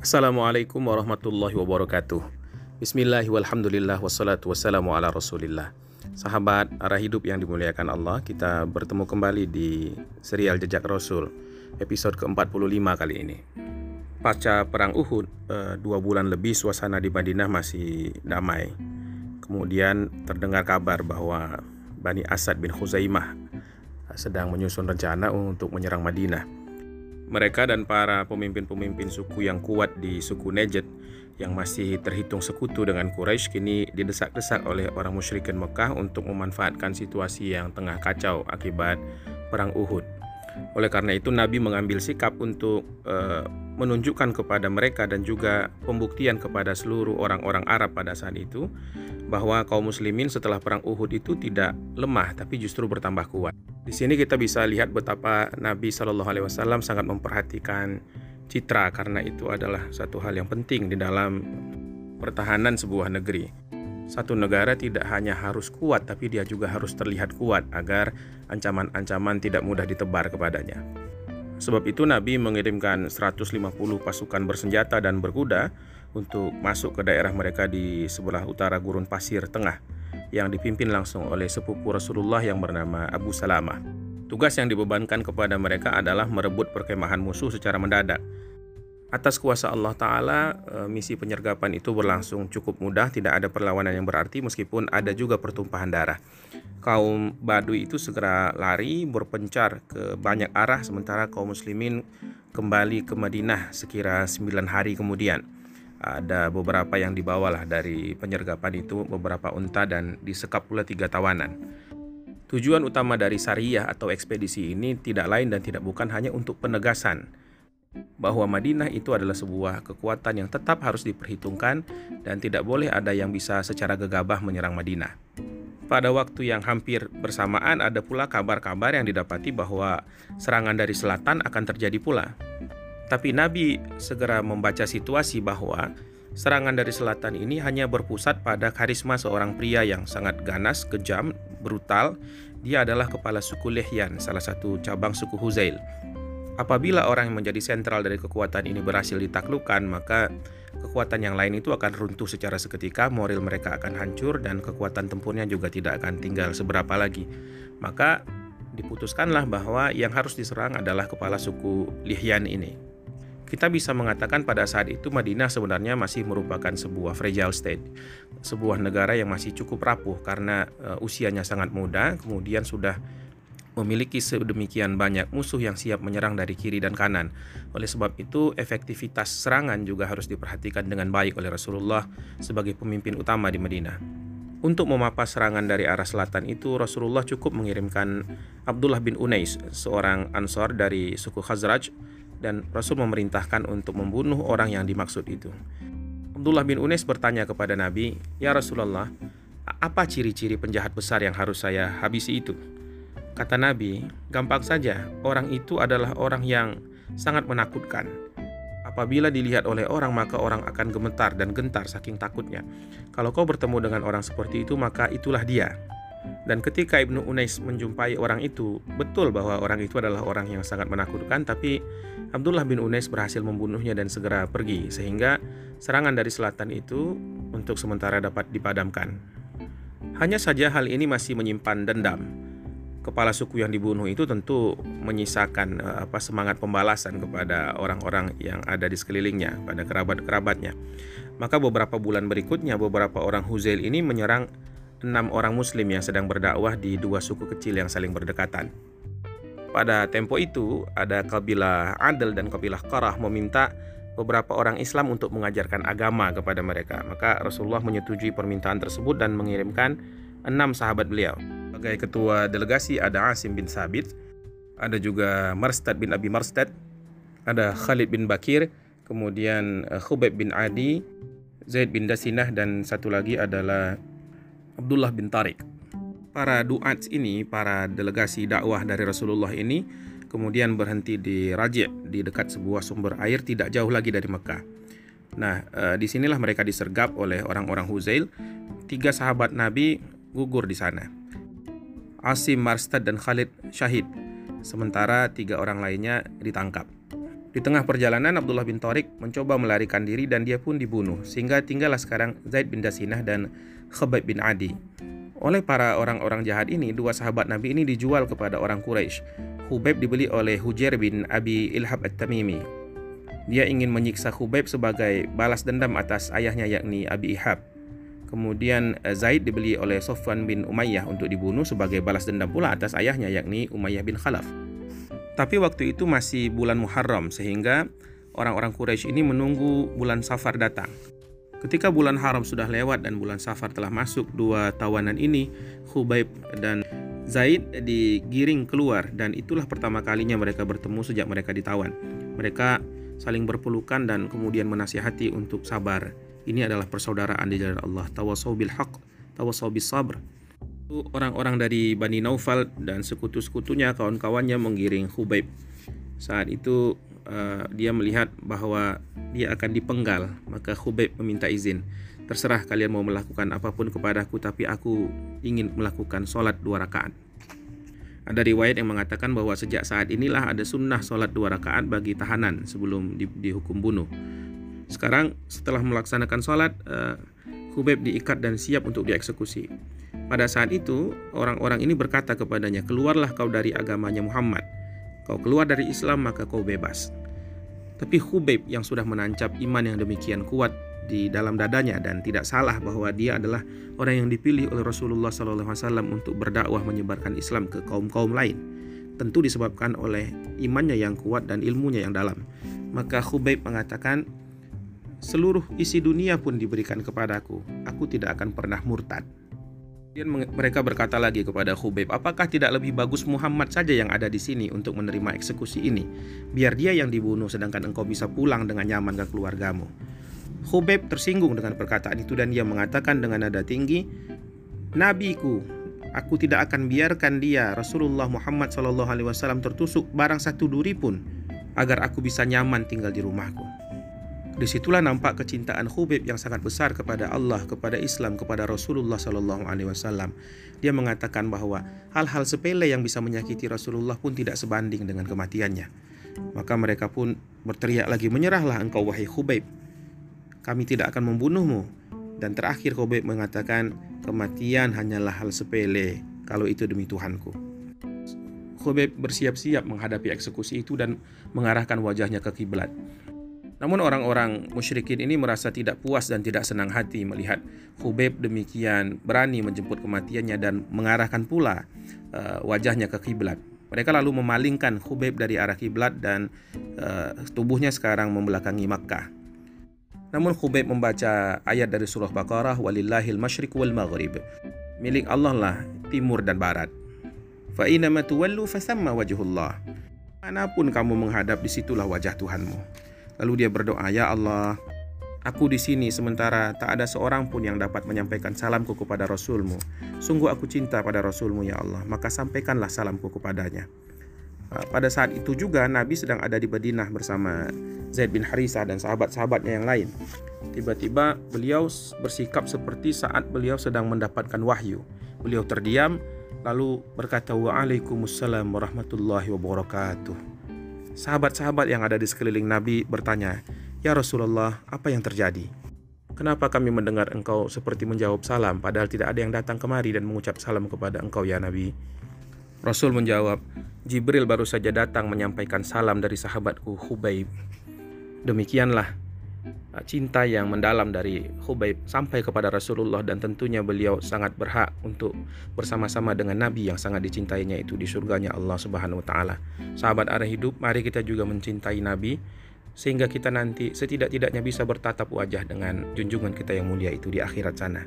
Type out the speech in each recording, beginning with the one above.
Assalamualaikum warahmatullahi wabarakatuh. Bismillahi walhamdulillah wassalatu wassalamu ala rasulillah. Sahabat arah hidup yang dimuliakan Allah, kita bertemu kembali di serial Jejak Rasul episode ke-45 kali ini. Pasca perang Uhud, 2 bulan lebih suasana di Madinah masih damai. Kemudian terdengar kabar bahwa Bani Asad bin Khuzaimah sedang menyusun rencana untuk menyerang Madinah. Mereka dan para pemimpin-pemimpin suku yang kuat di suku Najd yang masih terhitung sekutu dengan Quraisy kini didesak-desak oleh orang musyrikin Mekah untuk memanfaatkan situasi yang tengah kacau akibat perang Uhud. Oleh karena itu Nabi mengambil sikap untuk menunjukkan kepada mereka dan juga pembuktian kepada seluruh orang-orang Arab pada saat itu bahwa kaum muslimin setelah perang Uhud itu tidak lemah tapi justru bertambah kuat. Di sini kita bisa lihat betapa Nabi SAW sangat memperhatikan citra karena itu adalah satu hal yang penting di dalam pertahanan sebuah negeri. Satu negara tidak hanya harus kuat tapi dia juga harus terlihat kuat agar ancaman-ancaman tidak mudah ditebar kepadanya. Sebab itu Nabi mengirimkan 150 pasukan bersenjata dan berkuda untuk masuk ke daerah mereka di sebelah utara gurun pasir tengah yang dipimpin langsung oleh sepupu Rasulullah yang bernama Abu Salamah. Tugas yang dibebankan kepada mereka adalah merebut perkemahan musuh secara mendadak. Atas kuasa Allah Ta'ala, misi penyergapan itu berlangsung cukup mudah, tidak ada perlawanan yang berarti meskipun ada juga pertumpahan darah. Kaum Badui itu segera lari berpencar ke banyak arah sementara kaum muslimin kembali ke Madinah sekira 9 hari kemudian. Ada beberapa yang dibawalah dari penyergapan itu, beberapa unta dan disekap pula 3 tawanan. Tujuan utama dari Sariyah atau ekspedisi ini tidak lain dan tidak bukan hanya untuk penegasan bahwa Madinah itu adalah sebuah kekuatan yang tetap harus diperhitungkan dan tidak boleh ada yang bisa secara gegabah menyerang Madinah. Pada waktu yang hampir bersamaan ada pula kabar-kabar yang didapati bahwa serangan dari selatan akan terjadi pula. Tapi Nabi segera membaca situasi bahwa serangan dari selatan ini hanya berpusat pada karisma seorang pria yang sangat ganas, kejam, brutal. Dia adalah kepala suku Lihyan, salah satu cabang suku Huzail. Apabila orang yang menjadi sentral dari kekuatan ini berhasil ditaklukkan, maka kekuatan yang lain itu akan runtuh secara seketika, moral mereka akan hancur dan kekuatan tempurnya juga tidak akan tinggal seberapa lagi. Maka diputuskanlah bahwa yang harus diserang adalah kepala suku Lihyan ini. Kita bisa mengatakan pada saat itu Madinah sebenarnya masih merupakan sebuah fragile state, sebuah negara yang masih cukup rapuh karena usianya sangat muda, kemudian sudah memiliki sedemikian banyak musuh yang siap menyerang dari kiri dan kanan. Oleh sebab itu, efektivitas serangan juga harus diperhatikan dengan baik oleh Rasulullah sebagai pemimpin utama di Madinah. Untuk memapas serangan dari arah selatan itu, Rasulullah cukup mengirimkan Abdullah bin Unais, seorang Ansor dari suku Khazraj, dan Rasul memerintahkan untuk membunuh orang yang dimaksud itu. Abdullah bin Unais bertanya kepada Nabi, "Ya Rasulullah, apa ciri-ciri penjahat besar yang harus saya habisi itu?" Kata Nabi, "Gampang saja, orang itu adalah orang yang sangat menakutkan. Apabila dilihat oleh orang, maka orang akan gemetar dan gentar saking takutnya. Kalau kau bertemu dengan orang seperti itu, maka itulah dia." Dan ketika Ibnu Unais menjumpai orang itu, betul bahwa orang itu adalah orang yang sangat menakutkan, tapi Abdullah bin Unais berhasil membunuhnya dan segera pergi, sehingga serangan dari selatan itu untuk sementara dapat dipadamkan. Hanya saja hal ini masih menyimpan dendam. Kepala suku yang dibunuh itu tentu menyisakan semangat pembalasan kepada orang-orang yang ada di sekelilingnya, pada kerabat-kerabatnya. Maka beberapa bulan berikutnya, beberapa orang Huzail ini menyerang 6 orang muslim yang sedang berdakwah di 2 suku kecil yang saling berdekatan. Pada tempo itu, ada kabilah Adl dan kabilah Qarah meminta beberapa orang Islam untuk mengajarkan agama kepada mereka. Maka Rasulullah menyetujui permintaan tersebut dan mengirimkan 6 sahabat beliau. Sebagai ketua delegasi ada Asim bin Sabit, ada juga Marstad bin Abi Marstad, ada Khalid bin Bakir, kemudian Khubayb bin Adi, Zaid bin Dasinah, dan satu lagi adalah Abdullah bin Tariq. Para duat ini, para delegasi dakwah dari Rasulullah ini kemudian berhenti di Raji', di dekat sebuah sumber air tidak jauh lagi dari Mekah. Nah, disinilah mereka disergap oleh orang-orang Huzail. 3 sahabat Nabi gugur di sana. Asim, Marstad, dan Khalid syahid, sementara 3 orang lainnya ditangkap. Di tengah perjalanan Abdullah bin Thariq mencoba melarikan diri dan dia pun dibunuh, sehingga tinggallah sekarang Zaid bin Dasinah dan Khabayb bin Adi. Oleh para orang-orang jahat ini, dua sahabat Nabi ini dijual kepada orang Quraisy. Khubayb dibeli oleh Hujair bin Abi Ilhab At-Tamimi. Dia ingin menyiksa Khubayb sebagai balas dendam atas ayahnya yakni Abi Ihab. Kemudian Zaid dibeli oleh Sofwan bin Umayyah untuk dibunuh sebagai balas dendam pula atas ayahnya yakni Umayyah bin Khalaf. Tapi waktu itu masih bulan Muharram, sehingga orang-orang Quraisy ini menunggu bulan Safar datang. Ketika bulan Haram sudah lewat dan bulan Safar telah masuk, dua tawanan ini, Khubayb dan Zaid, digiring keluar, dan itulah pertama kalinya mereka bertemu sejak mereka ditawan. Mereka saling berpelukan dan kemudian menasihati untuk sabar. Ini adalah persaudaraan di jalan Allah. Tawassaw bil haqq, tawassaw bis sabr. Orang-orang dari Bani Naufal dan sekutu-sekutunya, kawan-kawannya menggiring Khubayb. Saat itu dia melihat bahwa dia akan dipenggal, maka Khubayb meminta izin. Terserah kalian mau melakukan apapun kepadaku, tapi aku ingin melakukan sholat 2 rakaat. Ada riwayat yang mengatakan bahwa sejak saat inilah ada sunnah sholat 2 rakaat bagi tahanan sebelum dihukum bunuh. Sekarang setelah melaksanakan sholat, Khubayb diikat dan siap untuk dieksekusi. Pada saat itu, orang-orang ini berkata kepadanya, "Keluarlah kau dari agamanya Muhammad. Kau keluar dari Islam, maka kau bebas." Tapi Khubayb yang sudah menancap iman yang demikian kuat di dalam dadanya dan tidak salah bahwa dia adalah orang yang dipilih oleh Rasulullah SAW untuk berdakwah menyebarkan Islam ke kaum-kaum lain, tentu disebabkan oleh imannya yang kuat dan ilmunya yang dalam. Maka Khubayb mengatakan, "Seluruh isi dunia pun diberikan kepadaku, aku tidak akan pernah murtad." Kemudian mereka berkata lagi kepada Khubayb, "Apakah tidak lebih bagus Muhammad saja yang ada di sini untuk menerima eksekusi ini? Biar dia yang dibunuh sedangkan engkau bisa pulang dengan nyaman ke keluargamu." Khubayb tersinggung dengan perkataan itu dan dia mengatakan dengan nada tinggi, "Nabiku, aku tidak akan biarkan dia, Rasulullah Muhammad SAW, tertusuk barang satu duri pun agar aku bisa nyaman tinggal di rumahku." Disitulah nampak kecintaan Khubayb yang sangat besar kepada Allah, kepada Islam, kepada Rasulullah SAW. Dia mengatakan bahwa hal-hal sepele yang bisa menyakiti Rasulullah pun tidak sebanding dengan kematiannya. Maka mereka pun berteriak lagi, "Menyerahlah engkau wahai Khubayb, kami tidak akan membunuhmu." Dan terakhir Khubayb mengatakan, "Kematian hanyalah hal sepele kalau itu demi Tuhanku." Khubayb bersiap-siap menghadapi eksekusi itu dan mengarahkan wajahnya ke kiblat. Namun orang-orang musyrikin ini merasa tidak puas dan tidak senang hati melihat Khubayb demikian berani menjemput kematiannya dan mengarahkan pula wajahnya ke kiblat. Mereka lalu memalingkan Khubayb dari arah kiblat dan tubuhnya sekarang membelakangi Makkah. Namun Khubayb membaca ayat dari surah Baqarah, "Walillahil masyriq wal maghrib." Milik Allah lah timur dan barat. "Fa inama tuwallu fasamma wajhullah." Manapun kamu menghadap, disitulah wajah Tuhanmu. Lalu dia berdoa, "Ya Allah, aku di sini sementara tak ada seorang pun yang dapat menyampaikan salamku kepada Rasulmu. Sungguh aku cinta pada Rasulmu ya Allah, maka sampaikanlah salamku kepadanya." Pada saat itu juga Nabi sedang ada di Madinah bersama Zaid bin Harisah dan sahabat-sahabatnya yang lain. Tiba-tiba beliau bersikap seperti saat beliau sedang mendapatkan wahyu. Beliau terdiam lalu berkata, "Waalaikumsalam warahmatullahi wabarakatuh." Sahabat-sahabat yang ada di sekeliling Nabi bertanya, "Ya Rasulullah, apa yang terjadi? Kenapa kami mendengar engkau seperti menjawab salam, padahal tidak ada yang datang kemari dan mengucap salam kepada engkau ya Nabi?" Rasul menjawab, "Jibril baru saja datang menyampaikan salam dari sahabatku Khubayb." Demikianlah cinta yang mendalam dari Khubayb sampai kepada Rasulullah, dan tentunya beliau sangat berhak untuk bersama-sama dengan Nabi yang sangat dicintainya itu di surganya Allah Subhanahu wa taala. Sahabat arah hidup, mari kita juga mencintai Nabi sehingga kita nanti setidak-tidaknya bisa bertatap wajah dengan junjungan kita yang mulia itu di akhirat sana.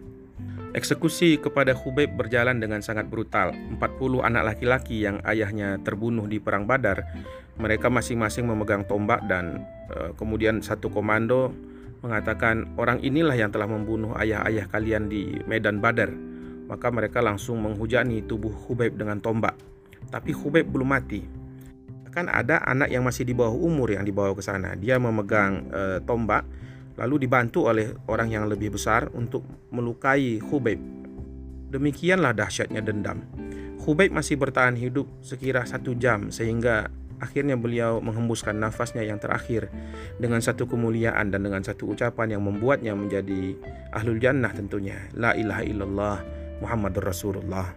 Eksekusi kepada Khubayb berjalan dengan sangat brutal. 40 anak laki-laki yang ayahnya terbunuh di perang Badar, mereka masing-masing memegang tombak dan kemudian satu komando mengatakan, "Orang inilah yang telah membunuh ayah-ayah kalian di medan Badar." Maka mereka langsung menghujani tubuh Khubayb dengan tombak. Tapi Khubayb belum mati. Kan ada anak yang masih di bawah umur yang dibawa ke sana. Dia memegang tombak lalu dibantu oleh orang yang lebih besar untuk melukai Khubayb. Demikianlah dahsyatnya dendam. Khubayb masih bertahan hidup sekira 1 jam sehingga akhirnya beliau menghembuskan nafasnya yang terakhir dengan satu kemuliaan dan dengan satu ucapan yang membuatnya menjadi ahlul jannah tentunya, la ilaha illallah Muhammadur Rasulullah.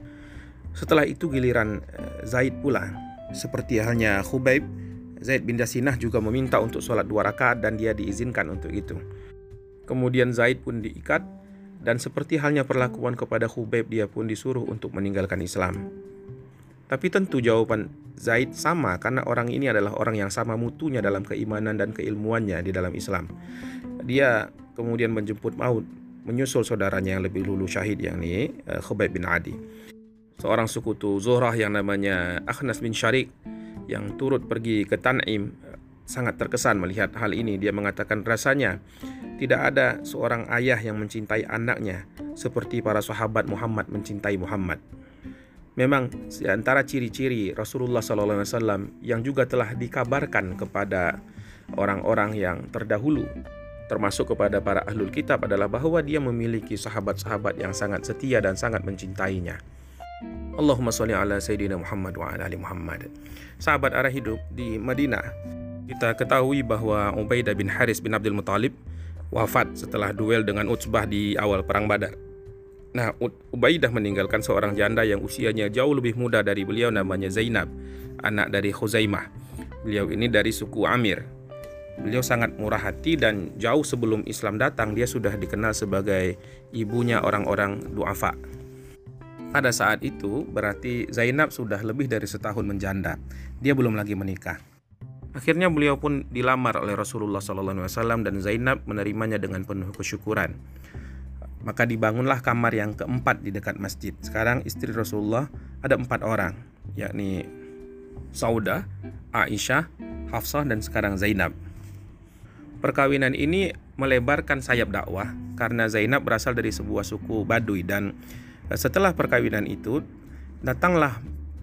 Setelah itu giliran Zaid pula. Seperti halnya Khubaib, Zaid bin Jasinah juga meminta untuk sholat 2 rakaat dan dia diizinkan untuk itu. Kemudian Zaid pun diikat, dan seperti halnya perlakuan kepada Khubaib, dia pun disuruh untuk meninggalkan Islam. Tapi tentu jawaban Zaid sama, karena orang ini adalah orang yang sama mutunya dalam keimanan dan keilmuannya di dalam Islam. Dia kemudian menjemput maut, menyusul saudaranya yang lebih dulu syahid, yakni Khubaib bin Adi. Seorang sekutu Zuhrah yang namanya Akhnas bin Syarik yang turut pergi ke Tan'im sangat terkesan melihat hal ini. Dia mengatakan rasanya tidak ada seorang ayah yang mencintai anaknya seperti para sahabat Muhammad mencintai Muhammad. Memang di antara ciri-ciri Rasulullah SAW yang juga telah dikabarkan kepada orang-orang yang terdahulu, termasuk kepada para ahlul kitab, adalah bahwa dia memiliki sahabat-sahabat yang sangat setia dan sangat mencintainya. Allahumma sholli ala Sayyidina Muhammad wa ala ali Muhammad. Sahabat arah hidup di Madinah, kita ketahui bahwa Ubaidah bin Haris bin Abdul Muthalib wafat setelah duel dengan Utsbah di awal perang Badar. Nah, Ubaidah meninggalkan seorang janda yang usianya jauh lebih muda dari beliau, namanya Zainab, anak dari Khuzaimah. Beliau ini dari suku Amir. Beliau sangat murah hati dan jauh sebelum Islam datang dia sudah dikenal sebagai ibunya orang-orang du'afa. Pada saat itu berarti Zainab sudah lebih dari setahun menjanda. Dia belum lagi menikah. Akhirnya beliau pun dilamar oleh Rasulullah SAW dan Zainab menerimanya dengan penuh kesyukuran. Maka dibangunlah kamar yang keempat di dekat masjid. Sekarang istri Rasulullah ada 4 orang, yakni Saudah, Aisyah, Hafsah, dan sekarang Zainab. Perkawinan ini melebarkan sayap dakwah karena Zainab berasal dari sebuah suku Baduy, dan setelah perkawinan itu datanglah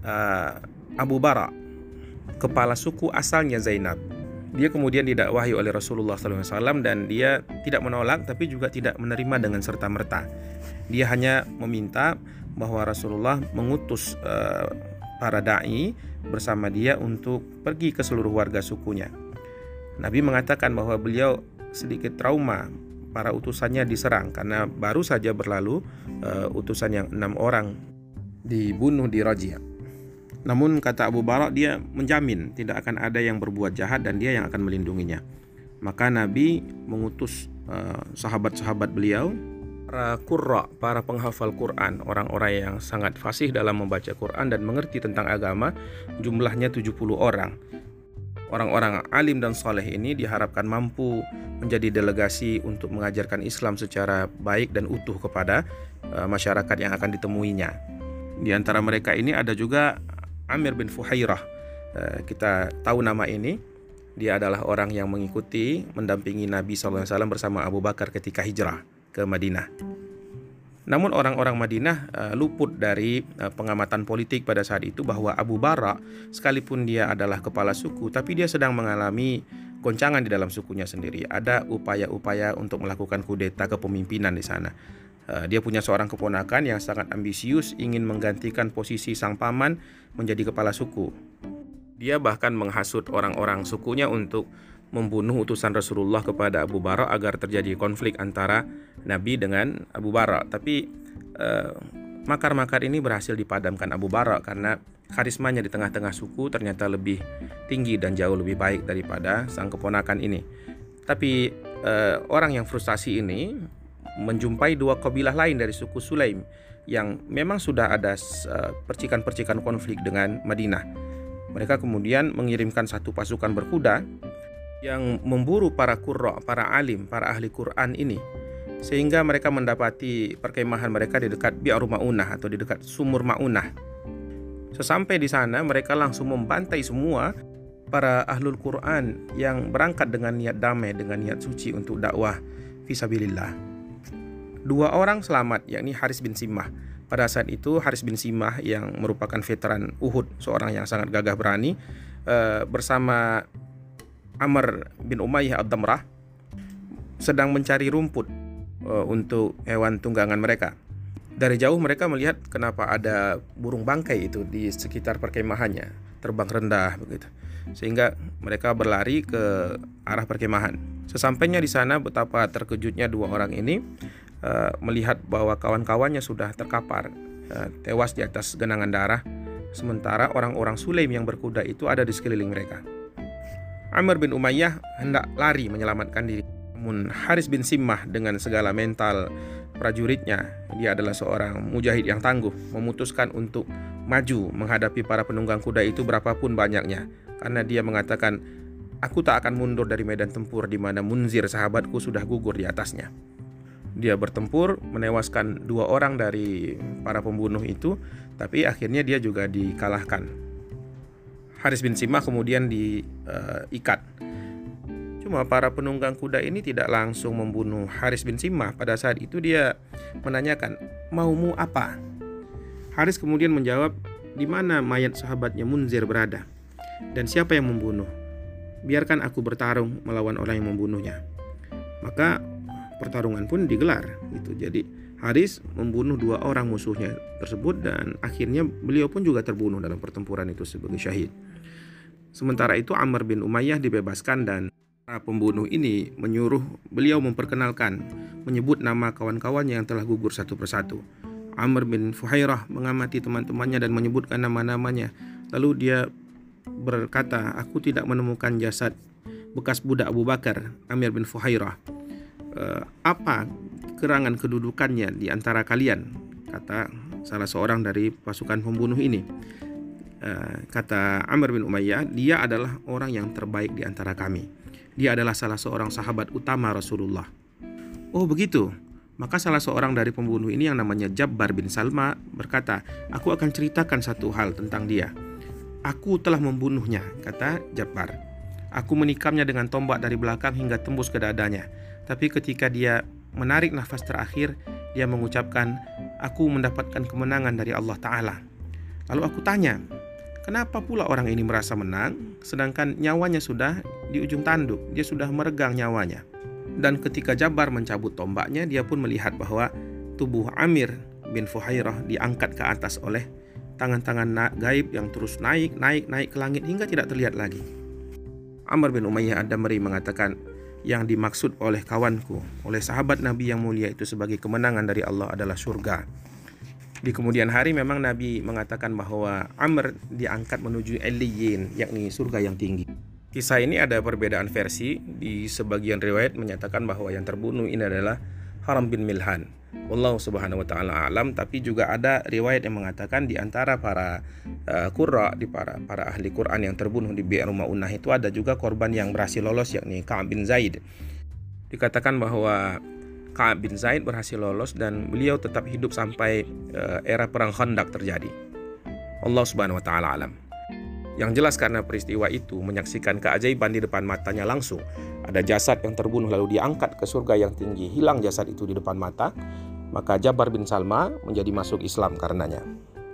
Abu Bara, kepala suku asalnya Zainab. Dia kemudian didakwahi oleh Rasulullah SAW dan dia tidak menolak tapi juga tidak menerima dengan serta-merta. Dia hanya meminta bahwa Rasulullah mengutus para da'i bersama dia untuk pergi ke seluruh warga sukunya. Nabi mengatakan bahwa beliau sedikit trauma, para utusannya diserang karena baru saja berlalu utusan yang 6 orang dibunuh di Rajia. Namun kata Abu Bara, dia menjamin tidak akan ada yang berbuat jahat dan dia yang akan melindunginya. Maka Nabi mengutus sahabat-sahabat beliau, para qurra, para penghafal Quran, orang-orang yang sangat fasih dalam membaca Quran dan mengerti tentang agama, jumlahnya 70 orang. Orang-orang alim dan soleh ini diharapkan mampu menjadi delegasi untuk mengajarkan Islam secara baik dan utuh kepada masyarakat yang akan ditemuinya. Di antara mereka ini ada juga Amir bin Fuhairah. Kita tahu nama ini. Dia adalah orang yang mengikuti, mendampingi Nabi SAW bersama Abu Bakar ketika hijrah ke Madinah. Namun orang-orang Madinah luput dari pengamatan politik pada saat itu bahwa Abu Bara, sekalipun dia adalah kepala suku, tapi dia sedang mengalami goncangan di dalam sukunya sendiri. Ada upaya-upaya untuk melakukan kudeta kepemimpinan di sana. Dia punya seorang keponakan yang sangat ambisius, ingin menggantikan posisi sang paman menjadi kepala suku. Dia bahkan menghasut orang-orang sukunya untuk membunuh utusan Rasulullah kepada Abu Bara agar terjadi konflik antara Nabi dengan Abu Bara. Tapi makar-makar ini berhasil dipadamkan Abu Bara karena karismanya di tengah-tengah suku ternyata lebih tinggi dan jauh lebih baik daripada sang keponakan ini. Tapi orang yang frustasi ini menjumpai 2 kabilah lain dari suku Sulaim yang memang sudah ada percikan-percikan konflik dengan Madinah. Mereka kemudian mengirimkan satu pasukan berkuda yang memburu para qurra, para alim, para ahli Quran ini, sehingga mereka mendapati perkemahan mereka di dekat Bi'ru Ma'unah atau di dekat Sumur Ma'unah. Sesampai di sana mereka langsung membantai semua para ahlul Quran yang berangkat dengan niat damai, dengan niat suci untuk dakwah fisabilillah. 2 orang selamat, yakni Haris bin Simmah. Pada saat itu Haris bin Simmah yang merupakan veteran Uhud, seorang yang sangat gagah berani, bersama Amr bin Umayyah ad-Damrah sedang mencari rumput untuk hewan tunggangan mereka. Dari jauh mereka melihat kenapa ada burung bangkai itu di sekitar perkemahannya. terbang rendah begitu. Sehingga mereka berlari ke arah perkemahan. Sesampainya di sana, betapa terkejutnya dua orang ini melihat bahwa kawan-kawannya sudah terkapar, tewas di atas genangan darah, sementara orang-orang Sulaim yang berkuda itu ada di sekeliling mereka. Amr bin Umayyah hendak lari menyelamatkan diri, namun Haris bin Simmah dengan segala mental prajuritnya, dia adalah seorang mujahid yang tangguh, memutuskan untuk maju menghadapi para penunggang kuda itu berapapun banyaknya, karena dia mengatakan, aku tak akan mundur dari medan tempur di mana Munzir sahabatku sudah gugur di atasnya. Dia bertempur, menewaskan 2 orang dari para pembunuh itu, tapi akhirnya dia juga dikalahkan. Haris bin Simmah kemudian diikat. Cuma para penunggang kuda ini tidak langsung membunuh Haris bin Simmah. Pada saat itu dia menanyakan, maumu apa? Haris kemudian menjawab, di mana mayat sahabatnya Munzir berada? Dan siapa yang membunuh? Biarkan aku bertarung melawan orang yang membunuhnya. Maka pertarungan pun digelar gitu. Jadi Haris membunuh 2 orang musuhnya tersebut, dan akhirnya beliau pun juga terbunuh dalam pertempuran itu sebagai syahid. Sementara itu Amr bin Umayyah dibebaskan, dan para pembunuh ini menyuruh beliau memperkenalkan, menyebut nama kawan-kawannya yang telah gugur satu persatu. Amr bin Fuhairah mengamati teman-temannya dan menyebutkan nama-namanya. Lalu dia berkata, aku tidak menemukan jasad bekas budak Abu Bakar, Amir bin Fuhairah. Apa kerangan kedudukannya di antara kalian? Kata salah seorang dari pasukan pembunuh ini. Kata Amr bin Umayyah, dia adalah orang yang terbaik di antara kami. Dia adalah salah seorang sahabat utama Rasulullah. Oh begitu. Maka salah seorang dari pembunuh ini yang namanya Jabbar bin Salma berkata, aku akan ceritakan satu hal tentang dia. Aku telah membunuhnya, kata Jabbar. Aku menikamnya dengan tombak dari belakang hingga tembus ke dadanya. Tapi ketika dia menarik nafas terakhir, dia mengucapkan, aku mendapatkan kemenangan dari Allah Ta'ala. Lalu aku tanya, kenapa pula orang ini merasa menang, sedangkan nyawanya sudah di ujung tanduk, dia sudah meregang nyawanya. Dan ketika Jabbar mencabut tombaknya, dia pun melihat bahwa tubuh Amir bin Fuhairah diangkat ke atas oleh tangan-tangan gaib yang terus naik ke langit hingga tidak terlihat lagi. Amr bin Umayyah Ad-Damri mengatakan, yang dimaksud oleh kawanku, oleh sahabat Nabi yang mulia itu sebagai kemenangan dari Allah adalah surga. Di kemudian hari memang Nabi mengatakan bahwa Amr diangkat menuju Eliyin, yakni surga yang tinggi. Kisah ini ada perbedaan versi. Di sebagian riwayat menyatakan bahwa yang terbunuh ini adalah Haram bin Milhan. Wallahu subhanahu wa ta'ala alam. Tapi juga ada riwayat yang mengatakan di antara para qurra, di para ahli Quran yang terbunuh di Bi'r Ma'unah itu ada juga korban yang berhasil lolos, yakni Ka'ab bin Zaid. Dikatakan bahwa Ka'ab bin Zaid berhasil lolos dan beliau tetap hidup sampai era perang Khandaq terjadi. Allah subhanahu wa ta'ala alam. Yang jelas karena peristiwa itu menyaksikan keajaiban di depan matanya langsung. Ada jasad yang terbunuh lalu diangkat ke surga yang tinggi, hilang jasad itu di depan mata. Maka Jabbar bin Salma menjadi masuk Islam karenanya.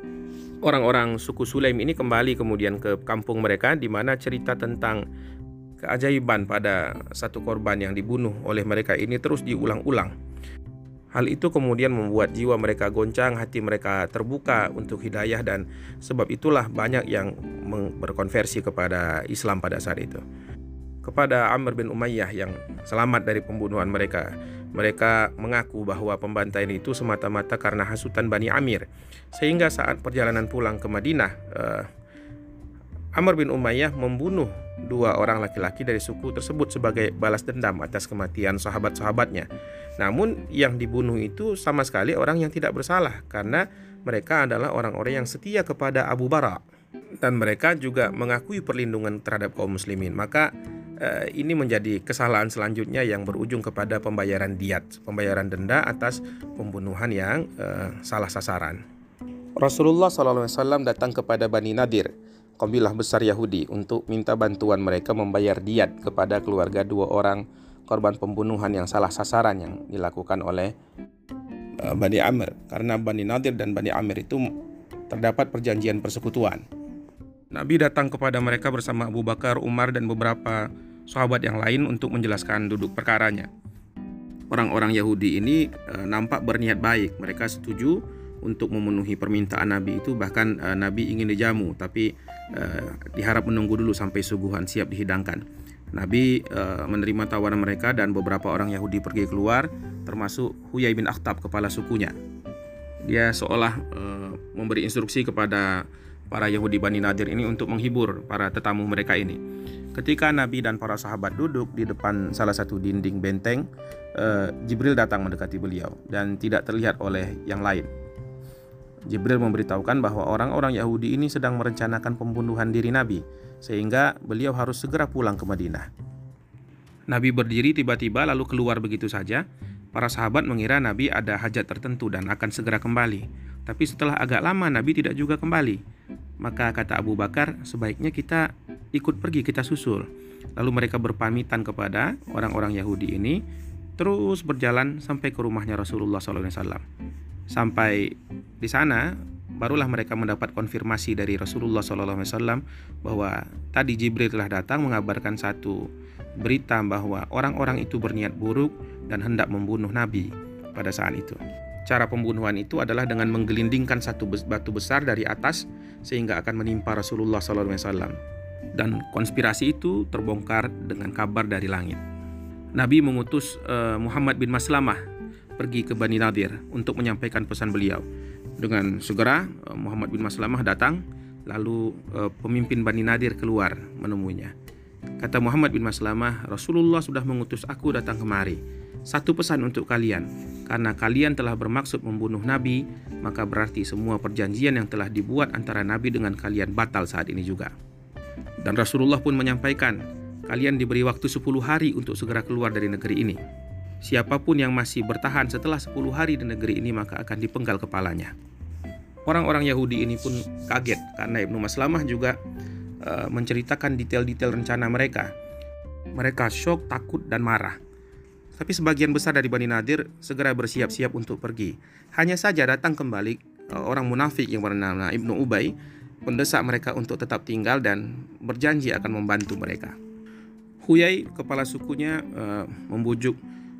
Orang-orang suku Sulaim ini kembali kemudian ke kampung mereka, di mana cerita tentang keajaiban pada satu korban yang dibunuh oleh mereka ini terus diulang-ulang. Hal itu kemudian membuat jiwa mereka goncang, hati mereka terbuka untuk hidayah, dan sebab itulah banyak yang berkonversi kepada Islam pada saat itu. Kepada Amr bin Umayyah yang selamat dari pembunuhan mereka, mereka mengaku bahwa pembantaian itu semata-mata karena hasutan Bani Amir. Sehingga saat perjalanan pulang ke Madinah, Amr bin Umayyah membunuh 2 orang laki-laki dari suku tersebut sebagai balas dendam atas kematian sahabat-sahabatnya. Namun yang dibunuh itu sama sekali orang yang tidak bersalah, karena mereka adalah orang-orang yang setia kepada Abu Bara, dan mereka juga mengakui perlindungan terhadap kaum muslimin. Maka ini menjadi kesalahan selanjutnya yang berujung kepada pembayaran diyat, pembayaran denda atas pembunuhan yang salah sasaran. Rasulullah SAW datang kepada Bani Nadir, kabilah besar Yahudi, untuk minta bantuan mereka membayar diyat kepada keluarga 2 orang korban pembunuhan yang salah sasaran yang dilakukan oleh Bani Amir. Karena Bani Nadir dan Bani Amir itu terdapat perjanjian persekutuan. Nabi datang kepada mereka bersama Abu Bakar, Umar, dan beberapa sahabat yang lain untuk menjelaskan duduk perkaranya. Orang-orang Yahudi ini nampak berniat baik. Mereka setuju untuk memenuhi permintaan Nabi itu. Bahkan Nabi ingin dijamu, tapi diharap menunggu dulu sampai suguhan siap dihidangkan. Nabi menerima tawaran mereka dan beberapa orang Yahudi pergi keluar, termasuk Huyai bin Akhtab, kepala sukunya. Dia seolah memberi instruksi kepada para Yahudi Bani Nadir ini untuk menghibur para tetamu mereka ini. Ketika Nabi dan para sahabat duduk di depan salah satu dinding benteng, Jibril datang mendekati beliau dan tidak terlihat oleh yang lain. Jibril memberitahukan bahwa orang-orang Yahudi ini sedang merencanakan pembunuhan diri Nabi, sehingga beliau harus segera pulang ke Madinah. Nabi berdiri tiba-tiba lalu keluar begitu saja. Para sahabat mengira Nabi ada hajat tertentu dan akan segera kembali. Tapi setelah agak lama Nabi tidak juga kembali. Maka kata Abu Bakar, sebaiknya kita ikut pergi, kita susul. Lalu mereka berpamitan kepada orang-orang Yahudi ini, terus berjalan sampai ke rumahnya Rasulullah SAW. Sampai di sana, barulah mereka mendapat konfirmasi dari Rasulullah SAW bahwa tadi Jibril telah datang mengabarkan satu berita bahwa orang-orang itu berniat buruk dan hendak membunuh Nabi pada saat itu. Cara pembunuhan itu adalah dengan menggelindingkan satu batu besar dari atas sehingga akan menimpa Rasulullah SAW. Dan konspirasi itu terbongkar dengan kabar dari langit. Nabi mengutus Muhammad bin Maslamah pergi ke Bani Nadir untuk menyampaikan pesan beliau. Dengan segera Muhammad bin Maslamah datang, lalu pemimpin Bani Nadir keluar menemuinya. Kata Muhammad bin Maslamah, Rasulullah sudah mengutus aku datang kemari. Satu pesan untuk kalian, karena kalian telah bermaksud membunuh Nabi, maka berarti semua perjanjian yang telah dibuat antara Nabi dengan kalian batal saat ini juga. Dan Rasulullah pun menyampaikan, kalian diberi waktu 10 hari untuk segera keluar dari negeri ini. Siapapun yang masih bertahan setelah 10 hari di negeri ini maka akan dipenggal kepalanya. Orang-orang Yahudi ini pun kaget karena Ibnu Maslamah juga menceritakan detail-detail rencana mereka. Mereka syok, takut, dan marah. Tapi sebagian besar dari Bani Nadir segera bersiap-siap untuk pergi. Hanya saja datang kembali orang munafik yang bernama Ibnu Ubay, mendesak mereka untuk tetap tinggal dan berjanji akan membantu mereka. Huyai, kepala sukunya, membujuk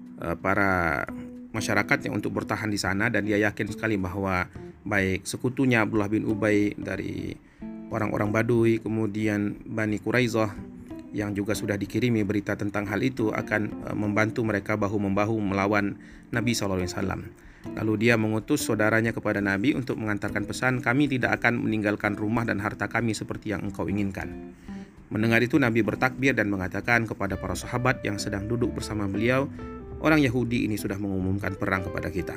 para masyarakatnya untuk bertahan di sana, dan dia yakin sekali bahwa baik sekutunya Abdullah bin Ubay dari orang-orang Baduy, kemudian Bani Quraizah yang juga sudah dikirimi berita tentang hal itu akan membantu mereka bahu-membahu melawan Nabi SAW. Lalu dia mengutus saudaranya kepada Nabi untuk mengantarkan pesan, kami tidak akan meninggalkan rumah dan harta kami seperti yang engkau inginkan. Mendengar itu Nabi bertakbir dan mengatakan kepada para sahabat yang sedang duduk bersama beliau, orang Yahudi ini sudah mengumumkan perang kepada kita.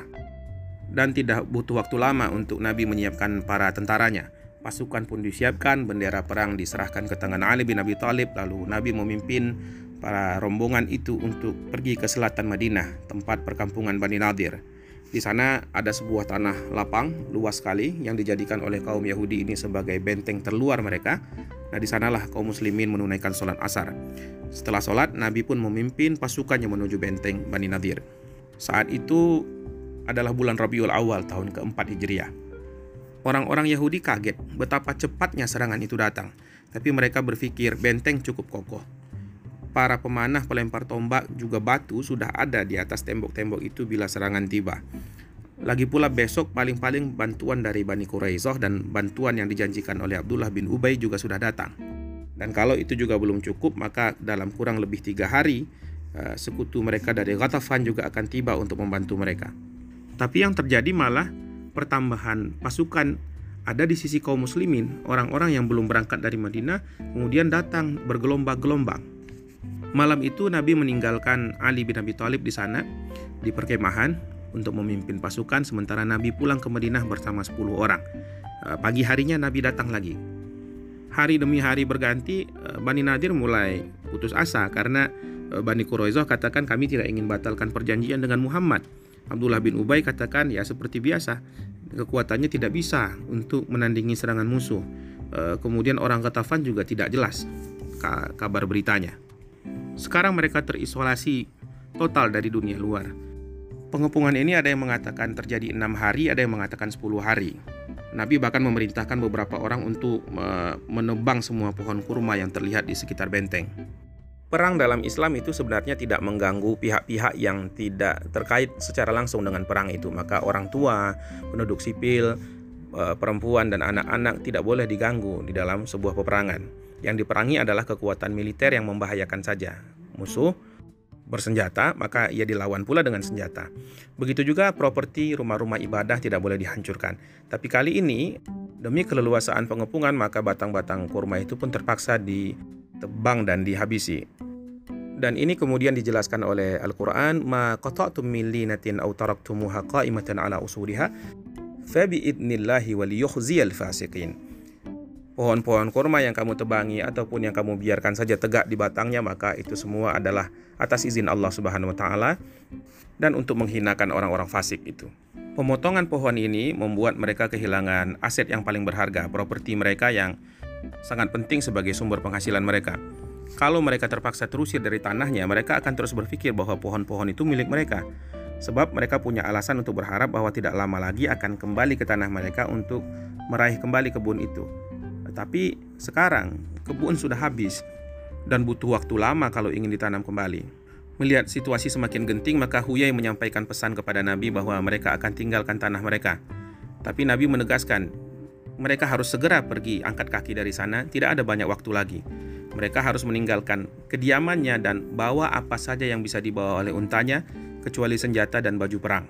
Dan tidak butuh waktu lama untuk Nabi menyiapkan para tentaranya. Pasukan pun disiapkan, bendera perang diserahkan ke tangan Ali bin Abi Thalib. Lalu Nabi memimpin para rombongan itu untuk pergi ke selatan Madinah, tempat perkampungan Bani Nadir. Di sana ada sebuah tanah lapang luas sekali yang dijadikan oleh kaum Yahudi ini sebagai benteng terluar mereka. Nah, di sanalah kaum muslimin menunaikan sholat asar. Setelah sholat, Nabi pun memimpin pasukannya menuju benteng Bani Nadir. Saat itu adalah bulan Rabiul Awal tahun keempat Hijriah. Orang-orang Yahudi kaget betapa cepatnya serangan itu datang, tapi mereka berpikir benteng cukup kokoh. Para pemanah pelempar tombak juga batu sudah ada di atas tembok-tembok itu bila serangan tiba. Lagi pula besok paling-paling bantuan dari Bani Quraizah dan bantuan yang dijanjikan oleh Abdullah bin Ubay juga sudah datang. Dan kalau itu juga belum cukup, maka dalam kurang lebih 3 hari sekutu mereka dari Ghatafan juga akan tiba untuk membantu mereka. Tapi yang terjadi malah pertambahan pasukan ada di sisi kaum muslimin. Orang-orang yang belum berangkat dari Madinah kemudian datang bergelombang-gelombang. Malam itu Nabi meninggalkan Ali bin Abi Thalib di sana di perkemahan untuk memimpin pasukan, sementara Nabi pulang ke Madinah bersama 10 orang. Pagi harinya Nabi datang lagi. Hari demi hari berganti, Bani Nadir mulai putus asa karena Bani Quraizah katakan kami tidak ingin batalkan perjanjian dengan Muhammad. Abdullah bin Ubay katakan ya seperti biasa, kekuatannya tidak bisa untuk menandingi serangan musuh. Kemudian orang Ghatafan juga tidak jelas kabar beritanya. Sekarang mereka terisolasi total dari dunia luar. Pengepungan ini ada yang mengatakan terjadi 6 hari, ada yang mengatakan 10 hari. Nabi bahkan memerintahkan beberapa orang untuk menebang semua pohon kurma yang terlihat di sekitar benteng. perang dalam Islam itu sebenarnya tidak mengganggu pihak-pihak yang tidak terkait secara langsung dengan perang itu. Maka orang tua, penduduk sipil, perempuan dan anak-anak tidak boleh diganggu di dalam sebuah peperangan. Yang diperangi adalah kekuatan militer yang membahayakan saja. Musuh bersenjata, maka ia dilawan pula dengan senjata. Begitu juga properti rumah-rumah ibadah tidak boleh dihancurkan. Tapi kali ini, demi keleluasaan pengepungan, maka batang-batang kurma itu pun terpaksa ditebang dan dihabisi. Dan ini kemudian dijelaskan oleh Al-Quran, ma qata'tum min linatin aw taraktumuha qa'imatan ala usuliha fa bi'idnillahi waliyukhziyal fasiqin. Pohon-pohon kurma yang kamu tebangi ataupun yang kamu biarkan saja tegak di batangnya, maka itu semua adalah atas izin Allah Subhanahu wa taala dan untuk menghinakan orang-orang fasik itu. Pemotongan pohon ini membuat mereka kehilangan aset yang paling berharga, properti mereka yang sangat penting sebagai sumber penghasilan mereka. Kalau mereka terpaksa terusir dari tanahnya, mereka akan terus berpikir bahwa pohon-pohon itu milik mereka. Sebab mereka punya alasan untuk berharap bahwa tidak lama lagi akan kembali ke tanah mereka untuk meraih kembali kebun itu. Tetapi sekarang kebun sudah habis dan butuh waktu lama kalau ingin ditanam kembali. Melihat situasi semakin genting, maka Huyai menyampaikan pesan kepada Nabi bahwa mereka akan tinggalkan tanah mereka. Tapi Nabi menegaskan, mereka harus segera pergi angkat kaki dari sana, tidak ada banyak waktu lagi. Mereka harus meninggalkan kediamannya dan bawa apa saja yang bisa dibawa oleh untanya, kecuali senjata dan baju perang.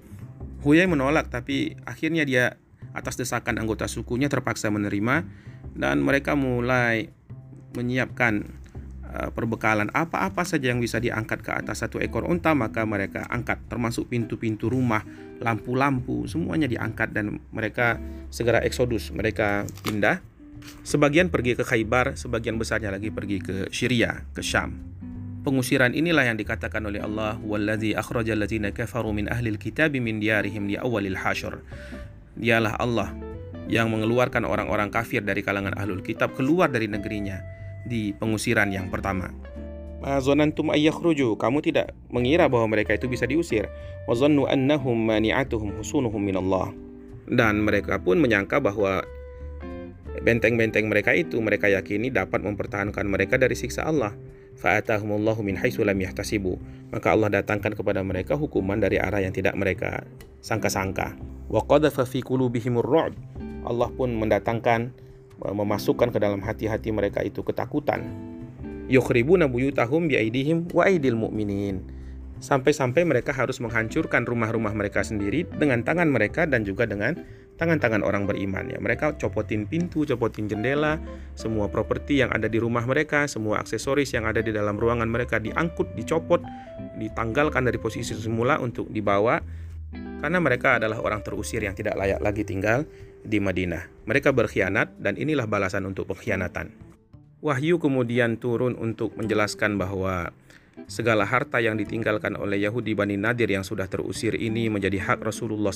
Huyai menolak, tapi akhirnya dia atas desakan anggota sukunya terpaksa menerima, dan mereka mulai menyiapkan perbekalan apa-apa saja yang bisa diangkat ke atas satu ekor unta, maka mereka angkat, termasuk pintu-pintu rumah, lampu-lampu, semuanya diangkat dan mereka segera eksodus, mereka pindah. Sebagian pergi ke Khaybar, sebagian besarnya lagi pergi ke Syria, ke Syam. Pengusiran inilah yang dikatakan oleh Allah, wallazi akhrajal ladzina kafaru min ahlil kitabi min diyarihim li awwalil hasyr. Dialah Allah yang mengeluarkan orang-orang kafir dari kalangan ahlul kitab keluar dari negerinya di pengusiran yang pertama. Ma zanantum ayyakhruju, kamu tidak mengira bahwa mereka itu bisa diusir. Wa zannu annahum mani'atuhum husunuhum minallah. Dan mereka pun menyangka bahwa benteng-benteng mereka itu mereka yakini dapat mempertahankan mereka dari siksa Allah. Fa'atahumullahu min haitsu lam yahtasibu. Maka Allah datangkan kepada mereka hukuman dari arah yang tidak mereka sangka-sangka. Wa qadhafa fi qulubihimur ru'b. Allah pun mendatangkan, memasukkan ke dalam hati-hati mereka itu ketakutan. Yukhribuna buyutahum biaidihim wa aidil mu'minin. Sampai-sampai mereka harus menghancurkan rumah-rumah mereka sendiri dengan tangan mereka dan juga dengan tangan-tangan orang beriman. Ya, mereka copotin pintu, copotin jendela, semua properti yang ada di rumah mereka, semua aksesoris yang ada di dalam ruangan mereka diangkut, dicopot, ditanggalkan dari posisi semula untuk dibawa, karena mereka adalah orang terusir yang tidak layak lagi tinggal di Madinah. Mereka berkhianat dan inilah balasan untuk pengkhianatan. Wahyu kemudian turun untuk menjelaskan bahwa segala harta yang ditinggalkan oleh Yahudi Bani Nadir yang sudah terusir ini menjadi hak Rasulullah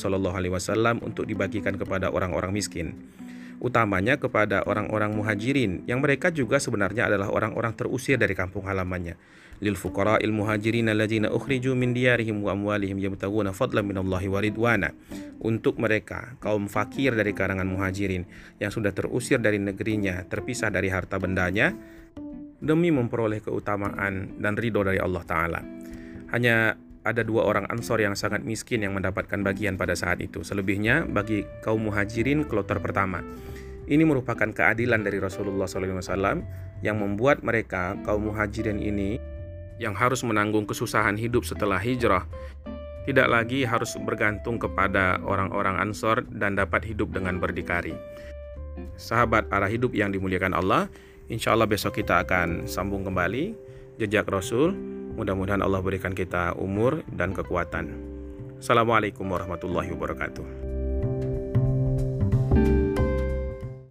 SAW untuk dibagikan kepada orang-orang miskin, utamanya kepada orang-orang muhajirin yang mereka juga sebenarnya adalah orang-orang terusir dari kampung halamannya. Lil fuqara'il muhajirin alladzina ukhriju min diyarihim wa amwalihim yabtaghuna fadlan minallahi wa ridwana. Untuk mereka, kaum fakir dari kalangan muhajirin yang sudah terusir dari negerinya, terpisah dari harta bendanya, demi memperoleh keutamaan dan ridho dari Allah Ta'ala. Hanya ada 2 orang Ansor yang sangat miskin yang mendapatkan bagian pada saat itu. Selebihnya bagi kaum muhajirin kloter pertama. Ini merupakan keadilan dari Rasulullah SAW yang membuat mereka, kaum muhajirin ini, yang harus menanggung kesusahan hidup setelah hijrah, tidak lagi harus bergantung kepada orang-orang Ansor dan dapat hidup dengan berdikari. Sahabat arah hidup yang dimuliakan Allah, insya Allah besok kita akan sambung kembali jejak Rasul. Mudah-mudahan Allah berikan kita umur dan kekuatan. Assalamualaikum warahmatullahi wabarakatuh.